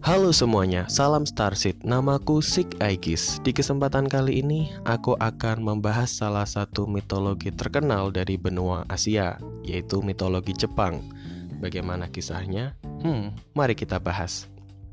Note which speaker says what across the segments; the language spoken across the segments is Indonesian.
Speaker 1: Halo semuanya, salam Starseed. Namaku Sik Aegis. Di kesempatan kali ini, aku akan membahas salah satu mitologi terkenal dari benua Asia, yaitu mitologi Jepang. Bagaimana kisahnya? Mari kita bahas.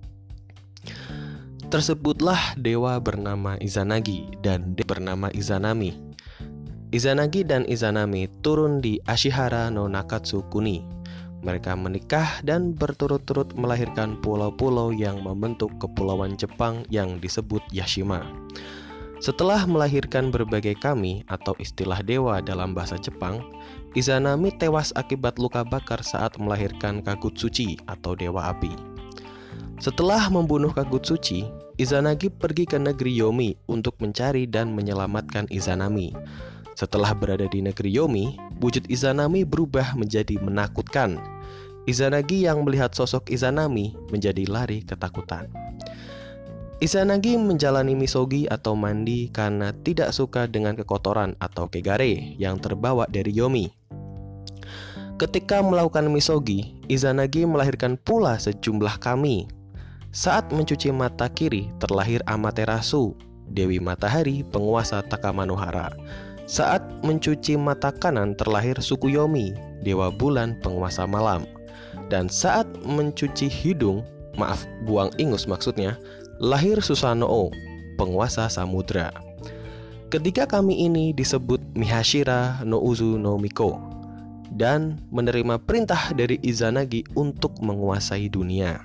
Speaker 1: Tersebutlah dewa bernama Izanagi dan bernama Izanami. Izanagi dan Izanami turun di Ashihara no Nakatsu Kuni. Mereka menikah dan berturut-turut melahirkan pulau-pulau yang membentuk kepulauan Jepang yang disebut Yashima. Setelah melahirkan berbagai kami atau istilah dewa dalam bahasa Jepang, Izanami tewas akibat luka bakar saat melahirkan Kagutsuchi atau dewa api. Setelah membunuh Kagutsuchi, Izanagi pergi ke negeri Yomi untuk mencari dan menyelamatkan Izanami. Setelah berada di negeri Yomi, wujud Izanami berubah menjadi menakutkan. Izanagi yang melihat sosok Izanami menjadi lari ketakutan. Izanagi menjalani misogi atau mandi karena tidak suka dengan kekotoran atau kegare yang terbawa dari Yomi. Ketika melakukan misogi, Izanagi melahirkan pula sejumlah kami. Saat mencuci mata kiri, terlahir Amaterasu, Dewi Matahari, penguasa Takamanohara. Saat mencuci mata kanan terlahir Tsukuyomi, dewa bulan penguasa malam. Dan saat mencuci buang ingus maksudnya, lahir Susanoo, penguasa samudra. Ketiga kami ini disebut Mihashira no Uzu no Miko dan menerima perintah dari Izanagi untuk menguasai dunia.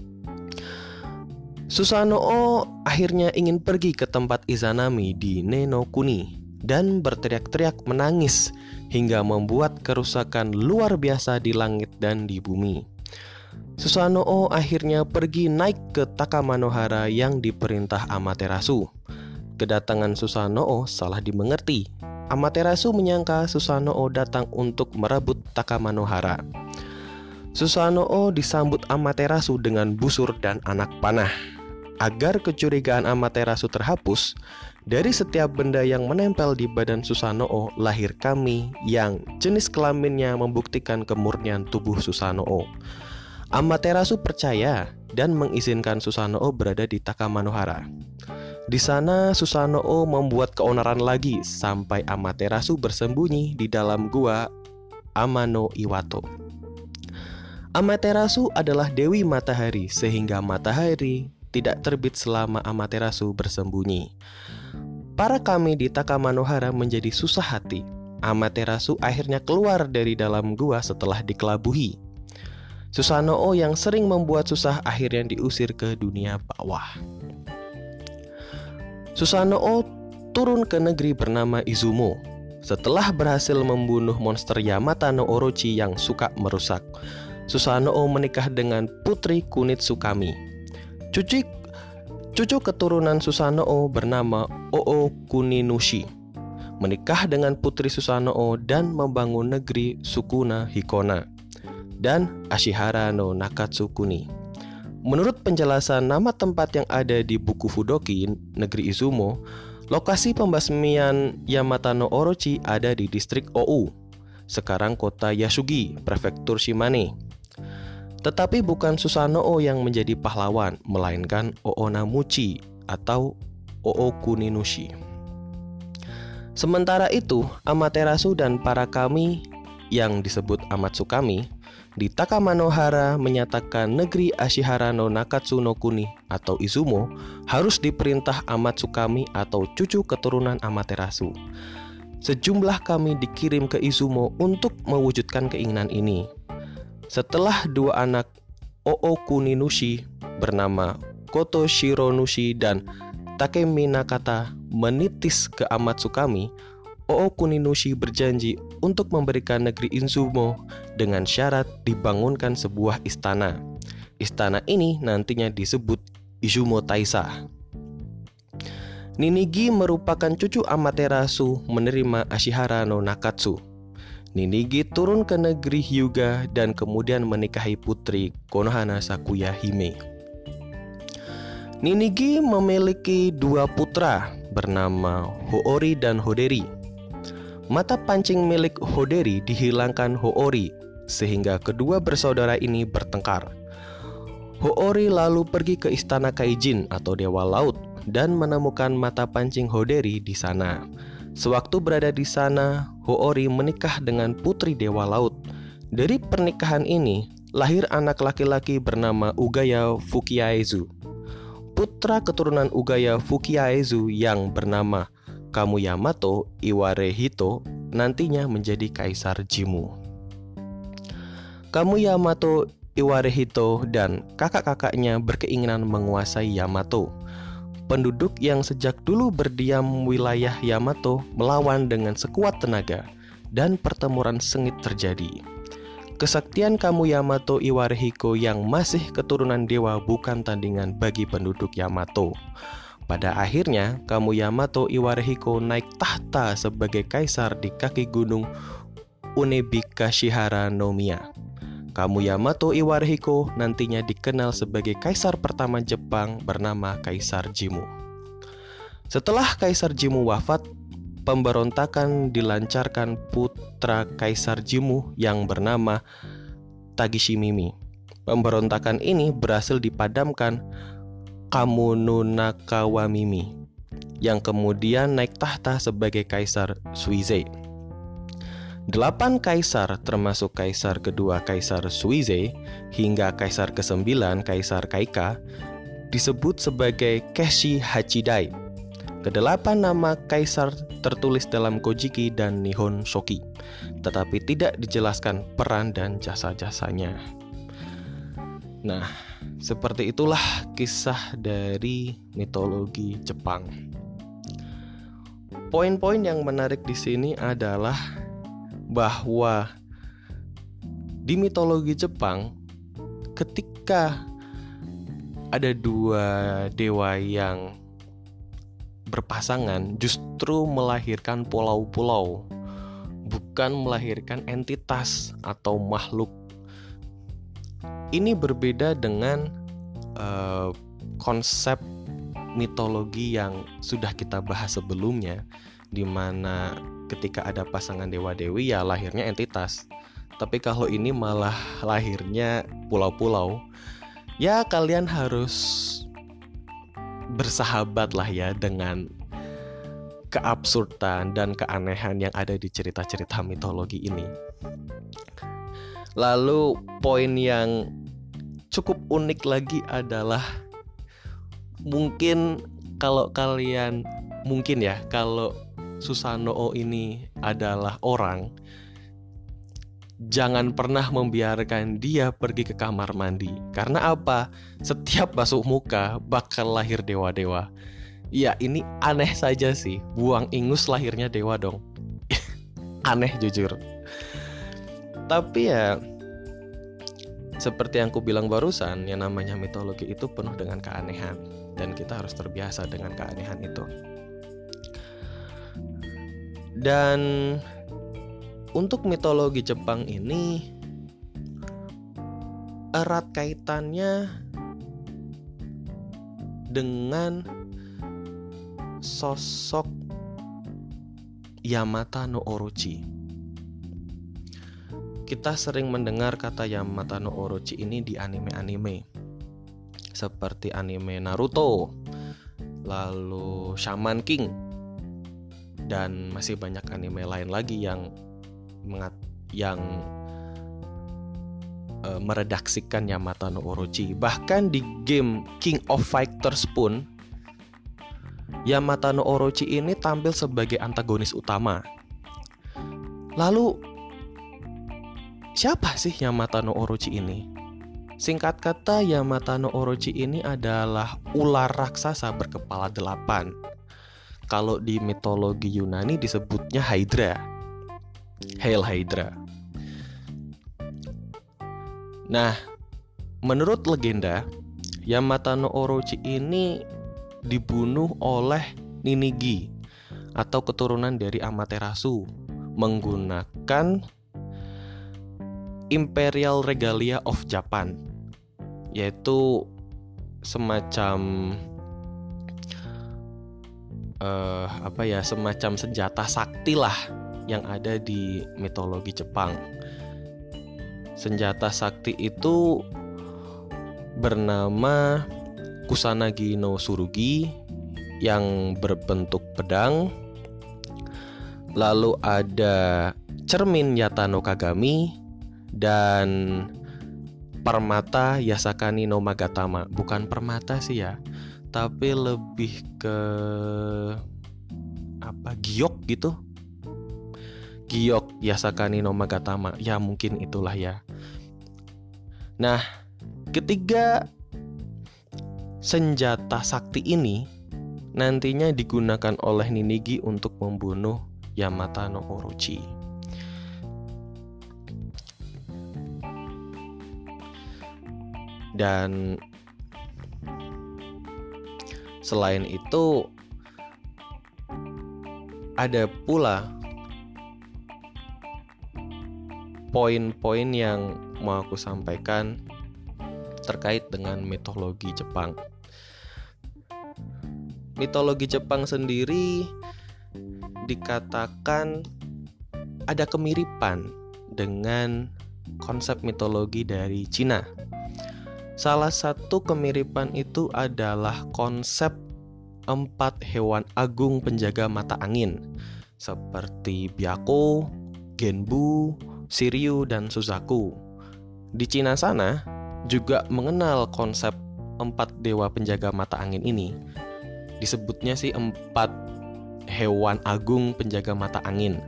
Speaker 1: Susanoo akhirnya ingin pergi ke tempat Izanami di Nenokuni dan berteriak-teriak menangis hingga membuat kerusakan luar biasa di langit dan di bumi. Susanoo akhirnya pergi naik ke Takamanohara yang diperintah Amaterasu. Kedatangan Susanoo salah dimengerti. Amaterasu menyangka Susanoo datang untuk merebut Takamanohara. Susanoo disambut Amaterasu dengan busur dan anak panah. Agar kecurigaan Amaterasu terhapus, dari setiap benda yang menempel di badan Susanoo lahir kami yang jenis kelaminnya membuktikan kemurnian tubuh Susanoo. Amaterasu percaya dan mengizinkan Susanoo berada di Takamanohara. Di sana Susanoo membuat keonaran lagi sampai Amaterasu bersembunyi di dalam gua Amano Iwato. Amaterasu adalah Dewi Matahari sehingga matahari tidak terbit selama Amaterasu bersembunyi. Para kami di Takamanohara menjadi susah hati. Amaterasu akhirnya keluar dari dalam gua setelah dikelabuhi. Susanoo yang sering membuat susah akhirnya diusir ke dunia bawah. Susanoo turun ke negeri bernama Izumo. Setelah berhasil membunuh monster Yamata no Orochi yang suka merusak, Susanoo menikah dengan putri Kunitsu Kami. Cucu keturunan Susanoo bernama Oo Kuninushi menikah dengan putri Susanoo dan membangun negeri Sukuna Hikona dan Ashihara no Nakatsu Kuni. Menurut penjelasan nama tempat yang ada di buku Fudoki, negeri Izumo, lokasi pembasmian Yamata no Orochi ada di distrik Ou, sekarang kota Yasugi, prefektur Shimane. Tetapi bukan Susanoo yang menjadi pahlawan, melainkan Oonamuchi atau Oo Kuninushi. Sementara itu, Amaterasu dan para kami yang disebut Amatsukami di Takamanohara menyatakan negeri Ashihara no Nakatsu no Kuni atau Izumo harus diperintah Amatsukami atau cucu keturunan Amaterasu. Sejumlah kami dikirim ke Izumo untuk mewujudkan keinginan ini. Setelah dua anak Oo Kuninushi bernama Koto Shironushi dan Takemi Nakata menitis ke Amatsukami, Oo Kuninushi berjanji untuk memberikan negeri Izumo dengan syarat dibangunkan sebuah istana. Istana ini nantinya disebut Izumo Taisha. Ninigi merupakan cucu Amaterasu menerima Ashihara no Nakatsu. Ninigi turun ke negeri Hyuga dan kemudian menikahi putri Konohana Sakuya Hime. Ninigi memiliki dua putra bernama Hoori dan Hoderi. Mata pancing milik Hoderi dihilangkan Hoori sehingga kedua bersaudara ini bertengkar. Hoori lalu pergi ke istana Kaijin atau Dewa Laut dan menemukan mata pancing Hoderi di sana. Sewaktu berada di sana, Hoori menikah dengan putri Dewa Laut. Dari pernikahan ini, lahir anak laki-laki bernama Ugaya Fukiaezu. Putra keturunan Ugaya Fukiaezu yang bernama Kamuyamato Iwarehito nantinya menjadi Kaisar Jimmu. Kamuyamato Iwarehito dan kakak-kakaknya berkeinginan menguasai Yamato. Penduduk yang sejak dulu berdiam wilayah Yamato melawan dengan sekuat tenaga dan pertempuran sengit terjadi. Kesaktian Kamuyamato Iwarehiko yang masih keturunan dewa bukan tandingan bagi penduduk Yamato. Pada akhirnya, Kamuyamato Iwarehiko naik tahta sebagai kaisar di kaki gunung Unebikashihara no Miya. Kamuyamato Iwarehiko nantinya dikenal sebagai kaisar pertama Jepang bernama Kaisar Jimmu. Setelah Kaisar Jimmu wafat, pemberontakan dilancarkan putra Kaisar Jimmu yang bernama Tagishimimi. Pemberontakan ini berhasil dipadamkan Kamununakawamimi, yang kemudian naik tahta sebagai Kaisar Suizei. 8 kaisar termasuk kaisar kedua Kaisar Suizei hingga kaisar ke-9 Kaisar Kaika disebut sebagai Keshi Hachidai. Kedelapan nama kaisar tertulis dalam Kojiki dan Nihon Shoki, tetapi tidak dijelaskan peran dan jasa-jasanya. Nah, seperti itulah kisah dari mitologi Jepang. Poin-poin yang menarik di sini adalah bahwa di mitologi Jepang, ketika ada 2 dewa yang berpasangan, justru melahirkan pulau-pulau, bukan melahirkan entitas atau makhluk. Ini berbeda dengan konsep mitologi yang sudah kita bahas sebelumnya, di mana ketika ada pasangan dewa-dewi ya lahirnya entitas. Tapi kalau ini malah lahirnya pulau-pulau, ya kalian harus bersahabat lah ya dengan keabsurdan dan keanehan yang ada di cerita-cerita mitologi ini. Lalu poin yang cukup unik lagi adalah kalau Susanoo ini adalah orang, jangan pernah membiarkan dia pergi ke kamar mandi. Karena apa? Setiap basuh muka bakal lahir dewa-dewa. Ya ini aneh saja sih. Buang ingus lahirnya dewa dong. Aneh jujur. Tapi ya seperti yang aku bilang barusan, yang namanya mitologi itu penuh dengan keanehan, dan kita harus terbiasa dengan keanehan itu. Dan untuk mitologi Jepang ini erat kaitannya dengan sosok Yamata no Orochi. Kita sering mendengar kata Yamata no Orochi ini di anime-anime seperti anime Naruto, lalu Shaman King, dan masih banyak anime lain lagi yang meredaksikan Yamata no Orochi. Bahkan di game King of Fighters pun Yamata no Orochi ini tampil sebagai antagonis utama. Lalu siapa sih Yamata no Orochi ini? Singkat kata, Yamata no Orochi ini adalah ular raksasa berkepala 8. Kalau di mitologi Yunani disebutnya Hydra, Hail Hydra. Nah, menurut legenda, Yamata no Orochi ini dibunuh oleh Ninigi atau keturunan dari Amaterasu menggunakan Imperial Regalia of Japan, yaitu semacam semacam senjata sakti lah yang ada di mitologi Jepang. Senjata sakti itu bernama Kusanagi no Tsurugi yang berbentuk pedang. Lalu ada cermin Yata no Kagami dan permata Yasakani no Magatama. Bukan permata sih ya, tapi lebih ke giok gitu. Giok Yasakani no Magatama. Ya mungkin itulah ya. Nah, ketiga senjata sakti ini nantinya digunakan oleh Ninigi untuk membunuh Yamata no Orochi. Dan selain itu ada pula poin-poin yang mau aku sampaikan terkait dengan mitologi Jepang. Mitologi Jepang sendiri dikatakan ada kemiripan dengan konsep mitologi dari Cina. Salah satu kemiripan itu adalah konsep 4 hewan agung penjaga mata angin seperti Byakko, Genbu, Shiryu, dan Suzaku. Di Cina sana juga mengenal konsep 4 dewa penjaga mata angin ini. Disebutnya sih 4 hewan agung penjaga mata angin.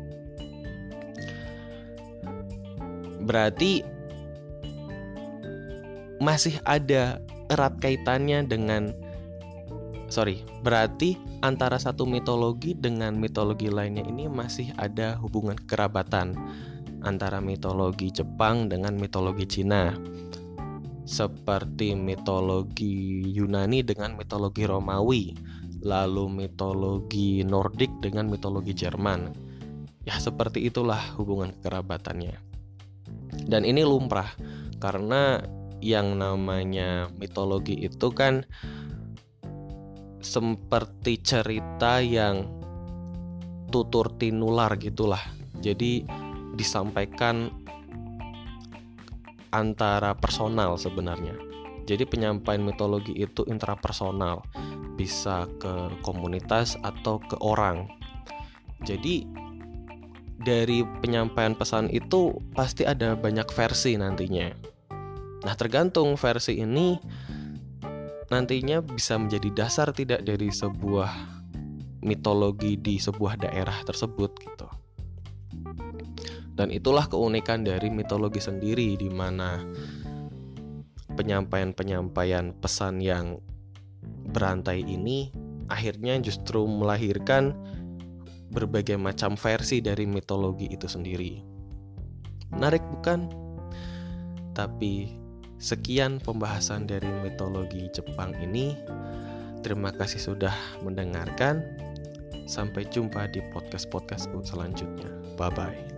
Speaker 1: Berarti masih ada erat kaitannya dengan berarti antara satu mitologi dengan mitologi lainnya ini masih ada hubungan kerabatan antara mitologi Jepang dengan mitologi Cina. Seperti mitologi Yunani dengan mitologi Romawi, lalu mitologi Nordik dengan mitologi Jerman. Ya, seperti itulah hubungan kerabatannya. Dan ini lumrah karena yang namanya mitologi itu kan seperti cerita yang tutur tinular gitulah. Jadi disampaikan antara personal sebenarnya. Jadi penyampaian mitologi itu intrapersonal, bisa ke komunitas atau ke orang. Jadi dari penyampaian pesan itu pasti ada banyak versi nantinya. Nah, tergantung versi ini nantinya bisa menjadi dasar tidak dari sebuah mitologi di sebuah daerah tersebut gitu. Dan itulah keunikan dari mitologi sendiri, di mana penyampaian pesan yang berantai ini akhirnya justru melahirkan berbagai macam versi dari mitologi itu sendiri. Menarik bukan? Tapi sekian pembahasan dari mitologi Jepang ini. Terima kasih sudah mendengarkan. Sampai jumpa di podcast-podcastku selanjutnya. Bye-bye.